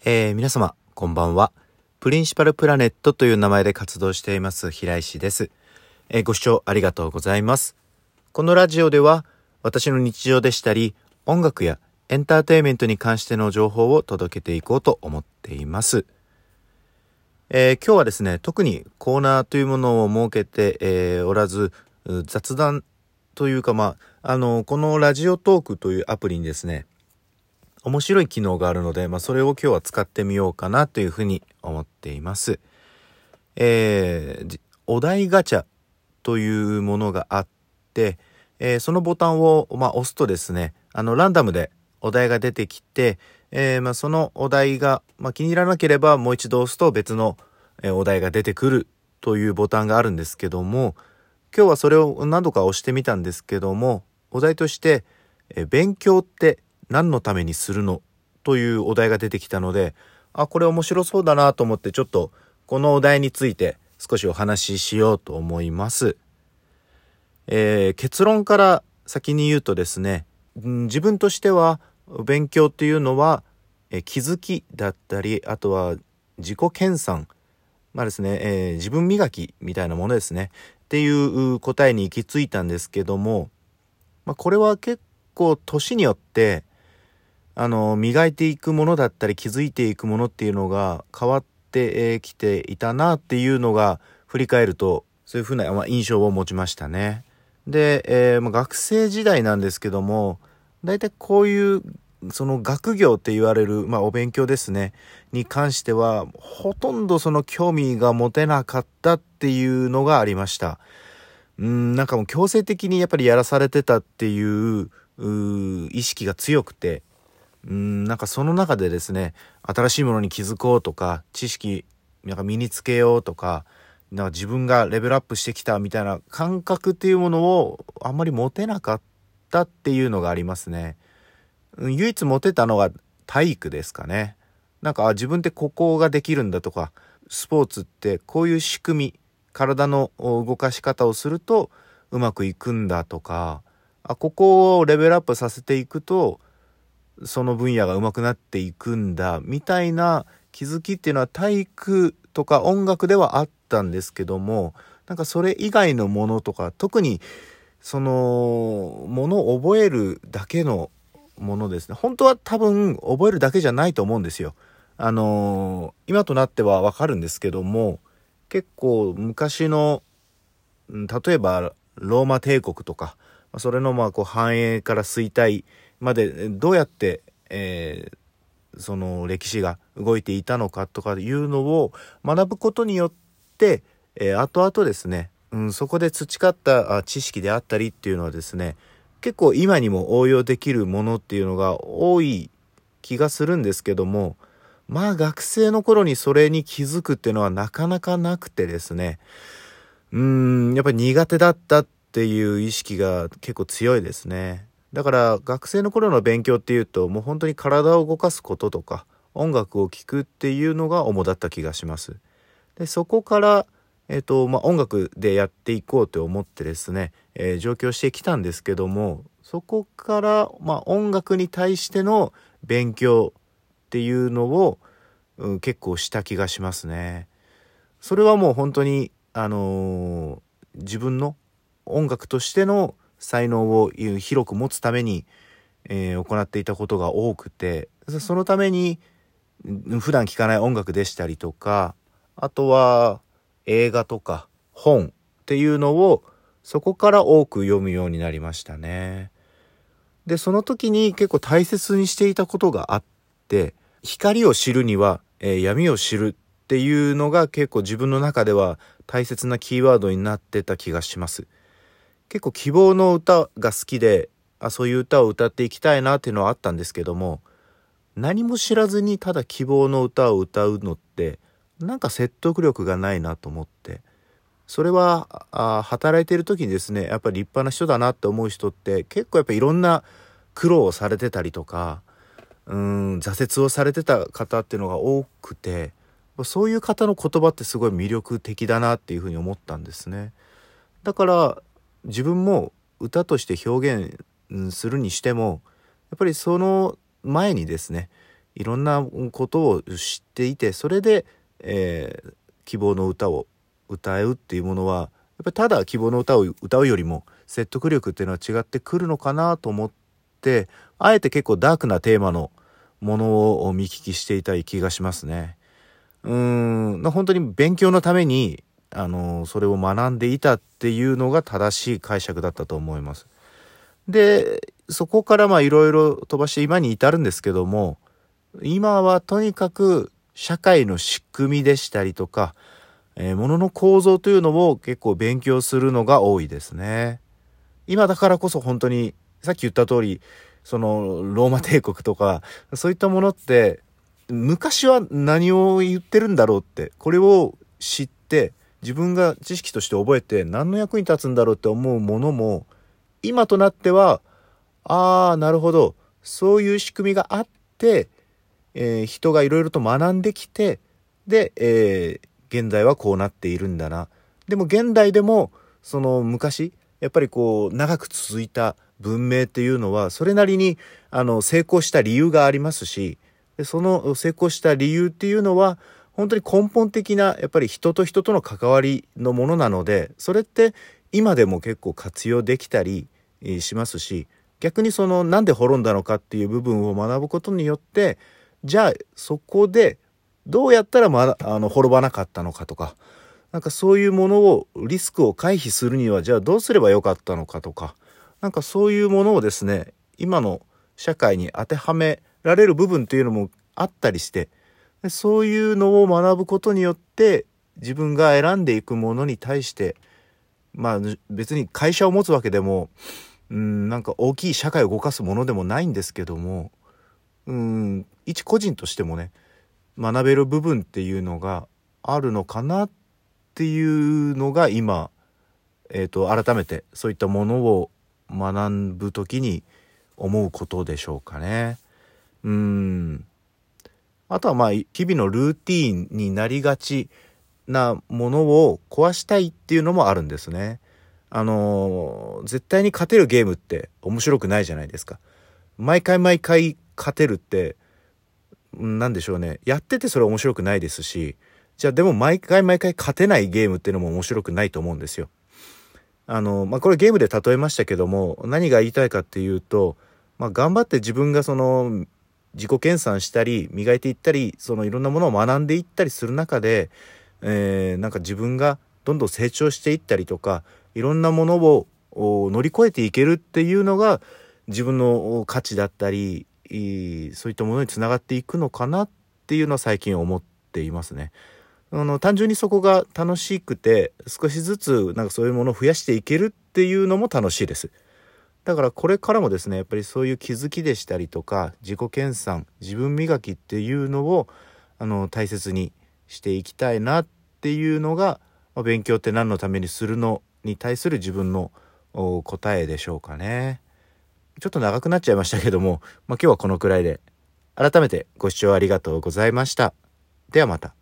皆様こんばんは。プリンシパルプラネットという名前で活動しています平石です。ご視聴ありがとうございます。このラジオでは私の日常でしたり音楽やエンターテインメントに関しての情報を届けていこうと思っています。今日はですね、特にコーナーというものを設けて、おらず、雑談というかこのラジオトークというアプリにですね、面白い機能があるので、それを今日は使ってみようかなというふうに思っています。お題ガチャというものがあって、そのボタンを、押すとですね、ランダムでお題が出てきて、そのお題が、気に入らなければもう一度押すと別の、お題が出てくるというボタンがあるんですけども、今日はそれを何度か押してみたんですけども、お題として、勉強って何のためにするのというお題が出てきたので、これ面白そうだなと思ってちょっとこのお題について少しお話ししようと思います。結論から先に言うとですね、自分としては勉強っていうのは、気づきだったり、あとは自己研鑽、ですね、自分磨きみたいなものですねっていう答えに行き着いたんですけども、これは結構年によって磨いていくものだったり気づいていくものっていうのが変わってきていたなっていうのが振り返るとそういうふうな印象を持ちましたね。で、学生時代なんですけども、だいたいこういうその学業って言われる、お勉強ですねに関してはほとんどその興味が持てなかったっていうのがありました。もう強制的にやっぱりやらされてたっていう意識が強くて、その中でですね、新しいものに気づこうとか、知識身につけようとか、自分がレベルアップしてきたみたいな感覚っていうものをあんまり持てなかったっていうのがありますね。唯一持てたのは体育ですかね。自分ってここができるんだとか、スポーツってこういう仕組み、体の動かし方をするとうまくいくんだとか、ここをレベルアップさせていくとその分野が上手くなっていくんだみたいな気づきっていうのは体育とか音楽ではあったんですけども、それ以外のものとか、特にそのものを覚えるだけのものですね、本当は多分覚えるだけじゃないと思うんですよ。今となってはわかるんですけども、結構昔の例えばローマ帝国とか、それの繁栄から衰退までどうやって、その歴史が動いていたのかとかいうのを学ぶことによって、後々ですね、そこで培った知識であったりっていうのはですね、結構今にも応用できるものっていうのが多い気がするんですけども、学生の頃にそれに気づくっていうのはなかなかなくてですね、やっぱり苦手だったっていう意識が結構強いですね。だから学生の頃の勉強っていうともう本当に体を動かすこととか音楽を聴くっていうのが主だった気がします。でそこから、音楽でやっていこうと思ってですね、上京してきたんですけども、そこから、音楽に対しての勉強っていうのを、結構した気がしますね。それはもう本当に自分の音楽としての才能を広く持つために、行っていたことが多くて、そのために普段聴かない音楽でしたりとか、あとは映画とか本っていうのをそこから多く読むようになりましたね。でその時に結構大切にしていたことがあって、光を知るには、闇を知るっていうのが結構自分の中では大切なキーワードになってた気がします。結構希望の歌が好きで、そういう歌を歌っていきたいなっていうのはあったんですけども、何も知らずにただ希望の歌を歌うのって説得力がないなと思って、それは働いている時にですね、やっぱり立派な人だなって思う人って結構やっぱりいろんな苦労をされてたりとか、挫折をされてた方っていうのが多くて、そういう方の言葉ってすごい魅力的だなっていうふうに思ったんですね。だから自分も歌として表現するにしても、やっぱりその前にですね、 いろんなことを知っていて、それで、希望の歌を歌うっていうものは、やっぱりただ希望の歌を歌うよりも説得力っていうのは違ってくるのかなと思って、あえて結構ダークなテーマのものを見聞きしていたい気がしますね。本当に勉強のためにそれを学んでいたっていうのが正しい解釈だったと思います。で、そこからいろいろ飛ばして今に至るんですけども、今はとにかく社会の仕組みでしたりとか、物の構造というのを結構勉強するのが多いですね。今だからこそ本当にさっき言った通り、そのローマ帝国とかそういったものって昔は何を言ってるんだろうって、これを知って自分が知識として覚えて何の役に立つんだろうって思うものも、今となってはなるほど、そういう仕組みがあって、人がいろいろと学んできて、で、現代はこうなっているんだな。でも現代でもその昔やっぱりこう長く続いた文明っていうのはそれなりに成功した理由がありますし、でその成功した理由っていうのは本当に根本的なやっぱり人と人との関わりのものなので、それって今でも結構活用できたりしますし、逆にそのなんで滅んだのかっていう部分を学ぶことによって、じゃあそこでどうやったら滅ばなかったのかとか、なんかそういうものをリスクを回避するにはじゃあどうすればよかったのかとか、なんかそういうものをですね、今の社会に当てはめられる部分っていうのもあったりして、でそういうのを学ぶことによって自分が選んでいくものに対して、別に会社を持つわけでもなんか大きい社会を動かすものでもないんですけども、一個人としてもね、学べる部分っていうのがあるのかなっていうのが今、改めてそういったものを学ぶときに思うことでしょうかね。あとは日々のルーティーンになりがちなものを壊したいっていうのもあるんですね。絶対に勝てるゲームって面白くないじゃないですか。毎回勝てるってなんでしょうね、やっててそれ面白くないですし、じゃあでも毎回勝てないゲームっていうのも面白くないと思うんですよ。これゲームで例えましたけども、何が言いたいかっていうと、頑張って自分がその自己研鑽したり磨いていったり、そのいろんなものを学んでいったりする中で、なんか自分がどんどん成長していったりとか、いろんなものを乗り越えていけるっていうのが自分の価値だったり、そういったものにつながっていくのかなっていうのは最近思っていますね。単純にそこが楽しくて、少しずつなんかそういうものを増やしていけるっていうのも楽しいです。だからこれからもですね、やっぱりそういう気づきでしたりとか、自己研鑽、自分磨きっていうのを大切にしていきたいなっていうのが、勉強って何のためにするのに対する自分の答えでしょうかね。ちょっと長くなっちゃいましたけども、今日はこのくらいで。改めてご視聴ありがとうございました。ではまた。